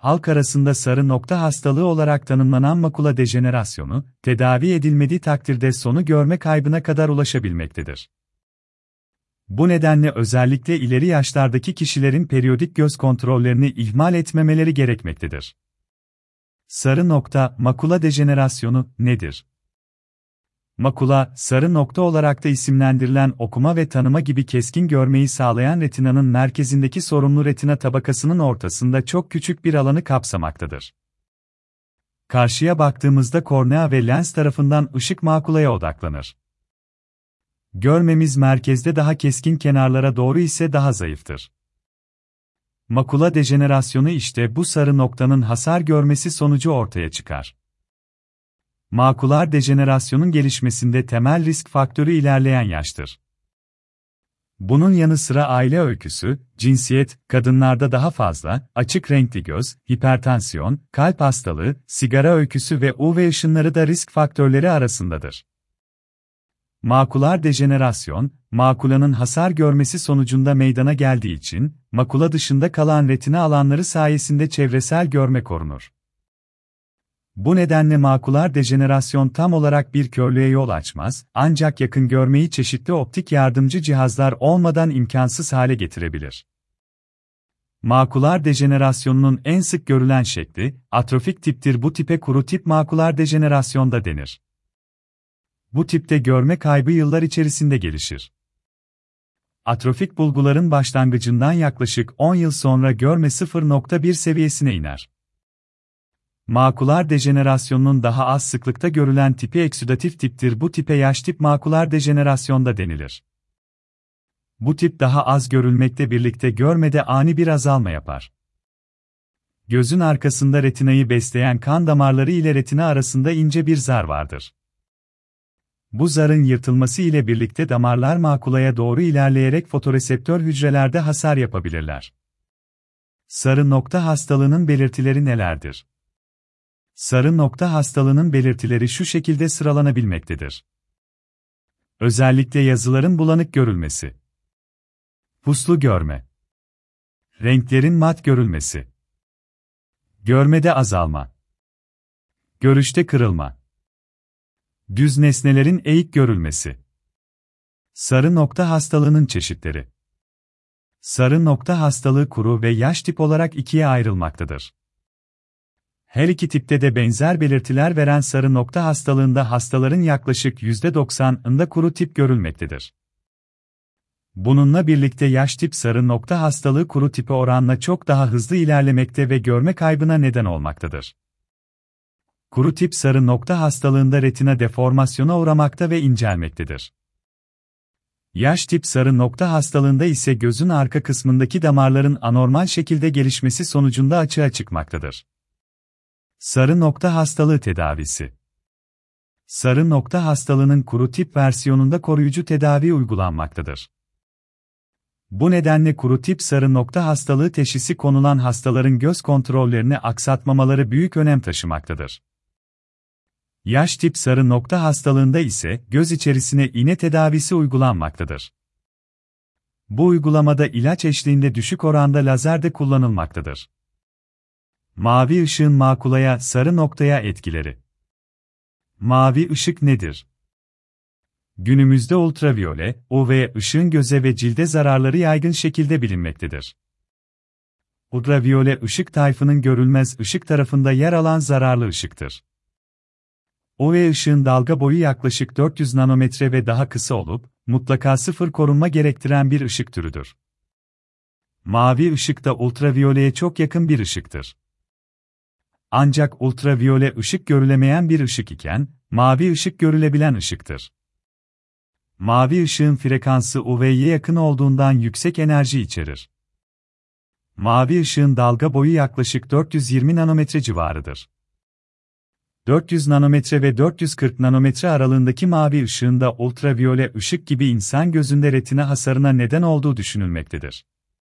halk arasında sarı nokta hastalığı olarak tanımlanan makula dejenerasyonu, tedavi edilmediği takdirde sonu görme kaybına kadar ulaşabilmektedir. Bu nedenle özellikle ileri yaşlardaki kişilerin periyodik göz kontrollerini ihmal etmemeleri gerekmektedir. Sarı nokta, makula dejenerasyonu nedir? Makula, sarı nokta olarak da isimlendirilen okuma ve tanıma gibi keskin görmeyi sağlayan retinanın merkezindeki sorumlu retina tabakasının ortasında çok küçük bir alanı kapsamaktadır. Karşıya baktığımızda kornea ve lens tarafından ışık makulaya odaklanır. Görmemiz merkezde daha keskin, kenarlara doğru ise daha zayıftır. Makula dejenerasyonu işte bu sarı noktanın hasar görmesi sonucu ortaya çıkar. Makular dejenerasyonun gelişmesinde temel risk faktörü ilerleyen yaştır. Bunun yanı sıra aile öyküsü, cinsiyet, kadınlarda daha fazla, açık renkli göz, hipertansiyon, kalp hastalığı, sigara öyküsü ve UV ışınları da risk faktörleri arasındadır. Makular dejenerasyon, makulanın hasar görmesi sonucunda meydana geldiği için, makula dışında kalan retina alanları sayesinde çevresel görme korunur. Bu nedenle makular dejenerasyon tam olarak bir körlüğe yol açmaz, ancak yakın görmeyi çeşitli optik yardımcı cihazlar olmadan imkansız hale getirebilir. Makular dejenerasyonunun en sık görülen şekli, atrofik tiptir. Bu tipe kuru tip makular dejenerasyon da denir. Bu tipte görme kaybı yıllar içerisinde gelişir. Atrofik bulguların başlangıcından yaklaşık 10 yıl sonra görme 0.1 seviyesine iner. Makular dejenerasyonunun daha az sıklıkta görülen tipi eksüdatif tiptir. Bu tipe yaş tip makular dejenerasyon da denilir. Bu tip daha az görülmekle birlikte görmede ani bir azalma yapar. Gözün arkasında retinayı besleyen kan damarları ile retina arasında ince bir zar vardır. Bu zarın yırtılması ile birlikte damarlar makulaya doğru ilerleyerek fotoreseptör hücrelerde hasar yapabilirler. Sarı nokta hastalığının belirtileri nelerdir? Sarı nokta hastalığının belirtileri şu şekilde sıralanabilmektedir. Özellikle yazıların bulanık görülmesi. Puslu görme. Renklerin mat görülmesi. Görmede azalma. Görüşte kırılma. Düz nesnelerin eğik görülmesi. Sarı nokta hastalığının çeşitleri. Sarı nokta hastalığı kuru ve yaş tip olarak ikiye ayrılmaktadır. Her iki tipte de benzer belirtiler veren sarı nokta hastalığında hastaların yaklaşık %90'ında kuru tip görülmektedir. Bununla birlikte yaş tip sarı nokta hastalığı kuru tipe oranla çok daha hızlı ilerlemekte ve görme kaybına neden olmaktadır. Kuru tip sarı nokta hastalığında retina deformasyona uğramakta ve incelmektedir. Yaş tip sarı nokta hastalığında ise gözün arka kısmındaki damarların anormal şekilde gelişmesi sonucunda açığa çıkmaktadır. Sarı nokta hastalığı tedavisi. Sarı nokta hastalığının kuru tip versiyonunda koruyucu tedavi uygulanmaktadır. Bu nedenle kuru tip sarı nokta hastalığı teşhisi konulan hastaların göz kontrollerini aksatmamaları büyük önem taşımaktadır. Yaş tip sarı nokta hastalığında ise göz içerisine iğne tedavisi uygulanmaktadır. Bu uygulamada ilaç eşliğinde düşük oranda lazer de kullanılmaktadır. Mavi ışığın makulaya, sarı noktaya etkileri. Mavi ışık nedir? Günümüzde ultraviyole, UV ışığın göze ve cilde zararları yaygın şekilde bilinmektedir. Ultraviyole ışık tayfının görülmez ışık tarafında yer alan zararlı ışıktır. UV ışığın dalga boyu yaklaşık 400 nanometre ve daha kısa olup, mutlaka sıfır korunma gerektiren bir ışık türüdür. Mavi ışık da ultraviyoleye çok yakın bir ışıktır. Ancak ultraviyole ışık görülemeyen bir ışık iken, mavi ışık görülebilen ışıktır. Mavi ışığın frekansı UV'ye yakın olduğundan yüksek enerji içerir. Mavi ışığın dalga boyu yaklaşık 420 nanometre civarıdır. 400 nanometre ve 440 nanometre aralığındaki mavi ışığın da ultraviyole ışık gibi insan gözünde retina hasarına neden olduğu düşünülmektedir.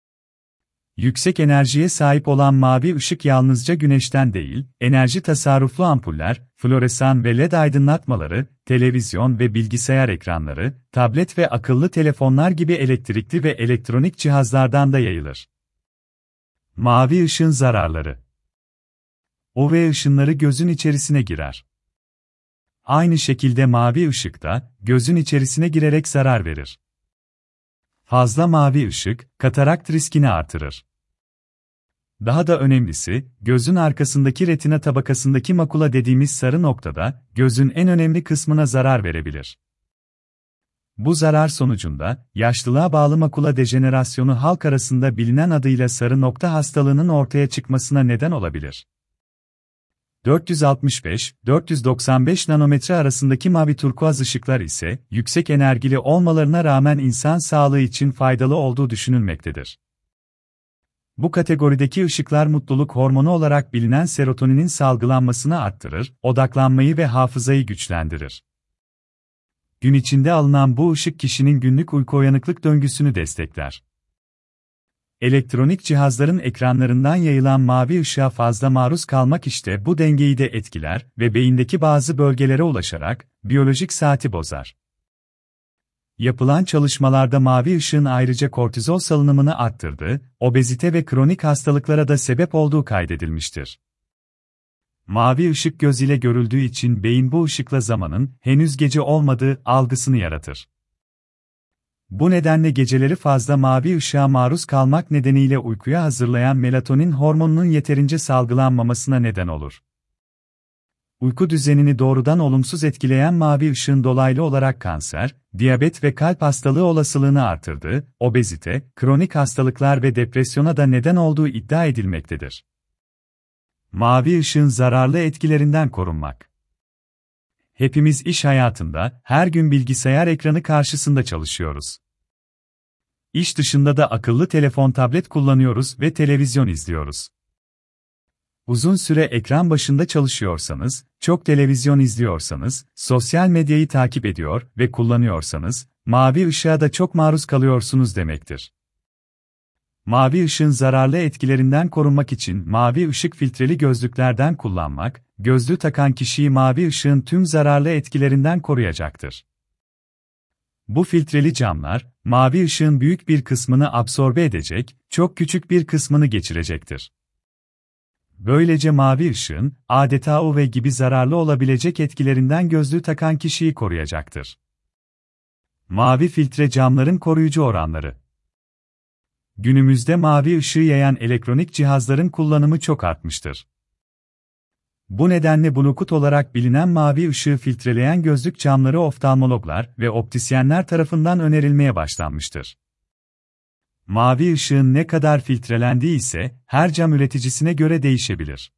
Yüksek enerjiye sahip olan mavi ışık yalnızca güneşten değil, enerji tasarruflu ampuller, floresan ve LED aydınlatmaları, televizyon ve bilgisayar ekranları, tablet ve akıllı telefonlar gibi elektrikli ve elektronik cihazlardan da yayılır. Mavi ışığın zararları. UV ışınları gözün içerisine girer. Aynı şekilde mavi ışık da gözün içerisine girerek zarar verir. Fazla mavi ışık, katarakt riskini artırır. Daha da önemlisi, gözün arkasındaki retina tabakasındaki makula dediğimiz sarı noktada, gözün en önemli kısmına zarar verebilir. Bu zarar sonucunda, yaşlılığa bağlı makula dejenerasyonu halk arasında bilinen adıyla sarı nokta hastalığının ortaya çıkmasına neden olabilir. 465-495 nanometre arasındaki mavi turkuaz ışıklar ise, yüksek enerjili olmalarına rağmen insan sağlığı için faydalı olduğu düşünülmektedir. Bu kategorideki ışıklar mutluluk hormonu olarak bilinen serotoninin salgılanmasını arttırır, odaklanmayı ve hafızayı güçlendirir. Gün içinde alınan bu ışık kişinin günlük uyku uyanıklık döngüsünü destekler. Elektronik cihazların ekranlarından yayılan mavi ışığa fazla maruz kalmak işte bu dengeyi de etkiler ve beyindeki bazı bölgelere ulaşarak biyolojik saati bozar. Yapılan çalışmalarda mavi ışığın ayrıca kortizol salınımını arttırdığı, obezite ve kronik hastalıklara da sebep olduğu kaydedilmiştir. Mavi ışık göz ile görüldüğü için beyin bu ışıkla zamanın henüz gece olmadığı algısını yaratır. Bu nedenle geceleri fazla mavi ışığa maruz kalmak nedeniyle uykuya hazırlayan melatonin hormonunun yeterince salgılanmamasına neden olur. Uyku düzenini doğrudan olumsuz etkileyen mavi ışığın dolaylı olarak kanser, diyabet ve kalp hastalığı olasılığını artırdığı, obezite, kronik hastalıklar ve depresyona da neden olduğu iddia edilmektedir. Mavi ışığın zararlı etkilerinden korunmak. Hepimiz iş hayatında, her gün bilgisayar ekranı karşısında çalışıyoruz. İş dışında da akıllı telefon, tablet kullanıyoruz ve televizyon izliyoruz. Uzun süre ekran başında çalışıyorsanız, çok televizyon izliyorsanız, sosyal medyayı takip ediyor ve kullanıyorsanız, mavi ışığa da çok maruz kalıyorsunuz demektir. Mavi ışığın zararlı etkilerinden korunmak için mavi ışık filtreli gözlüklerden kullanmak, gözlüğü takan kişiyi mavi ışığın tüm zararlı etkilerinden koruyacaktır. Bu filtreli camlar, mavi ışığın büyük bir kısmını absorbe edecek, çok küçük bir kısmını geçirecektir. Böylece mavi ışığın, adeta UV gibi zararlı olabilecek etkilerinden gözlüğü takan kişiyi koruyacaktır. Mavi filtre camların koruyucu oranları. Günümüzde mavi ışığı yayan elektronik cihazların kullanımı çok artmıştır. Bu nedenle Bluetooth olarak bilinen mavi ışığı filtreleyen gözlük camları oftalmologlar ve optisyenler tarafından önerilmeye başlanmıştır. Mavi ışığın ne kadar filtrelendiği ise her cam üreticisine göre değişebilir.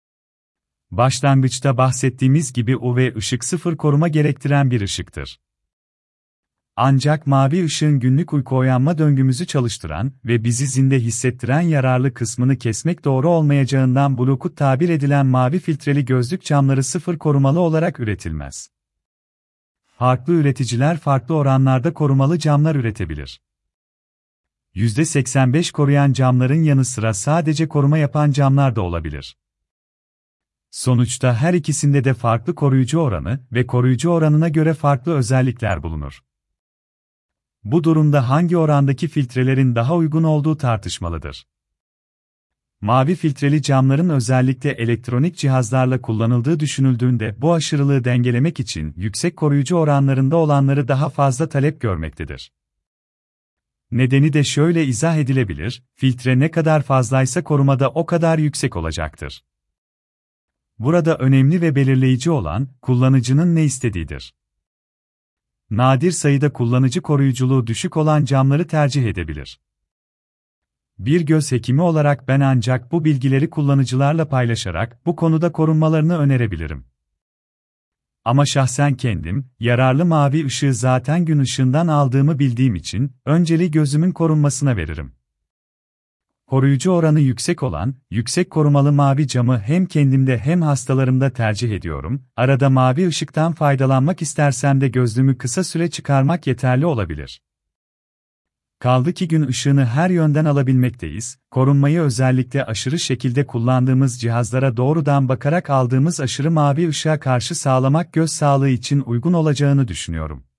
Başlangıçta bahsettiğimiz gibi UV ışık sıfır koruma gerektiren bir ışıktır. Ancak mavi ışığın günlük uyku uyanma döngümüzü çalıştıran ve bizi zinde hissettiren yararlı kısmını kesmek doğru olmayacağından Bluetooth tabir edilen mavi filtreli gözlük camları sıfır korumalı olarak üretilmez. Farklı üreticiler farklı oranlarda korumalı camlar üretebilir. %85 koruyan camların yanı sıra sadece koruma yapan camlar da olabilir. Sonuçta her ikisinde de farklı koruyucu oranı ve koruyucu oranına göre farklı özellikler bulunur. Bu durumda hangi orandaki filtrelerin daha uygun olduğu tartışmalıdır. Mavi filtreli camların özellikle elektronik cihazlarla kullanıldığı düşünüldüğünde bu aşırılığı dengelemek için yüksek koruyucu oranlarında olanları daha fazla talep görmektedir. Nedeni de şöyle izah edilebilir, filtre ne kadar fazlaysa korumada o kadar yüksek olacaktır. Burada önemli ve belirleyici olan, kullanıcının ne istediğidir. Nadir sayıda kullanıcı koruyuculuğu düşük olan camları tercih edebilir. Bir göz hekimi olarak ben ancak bu bilgileri kullanıcılarla paylaşarak bu konuda korunmalarını önerebilirim. Ama şahsen kendim, yararlı mavi ışığı zaten gün ışığından aldığımı bildiğim için, önceliği gözümün korunmasına veririm. Koruyucu oranı yüksek olan, yüksek korumalı mavi camı hem kendimde hem hastalarımda tercih ediyorum, arada mavi ışıktan faydalanmak istersem de gözlüğümü kısa süre çıkarmak yeterli olabilir. Kaldı ki gün ışığını her yönden alabilmekteyiz, korunmayı özellikle aşırı şekilde kullandığımız cihazlara doğrudan bakarak aldığımız aşırı mavi ışığa karşı sağlamak göz sağlığı için uygun olacağını düşünüyorum.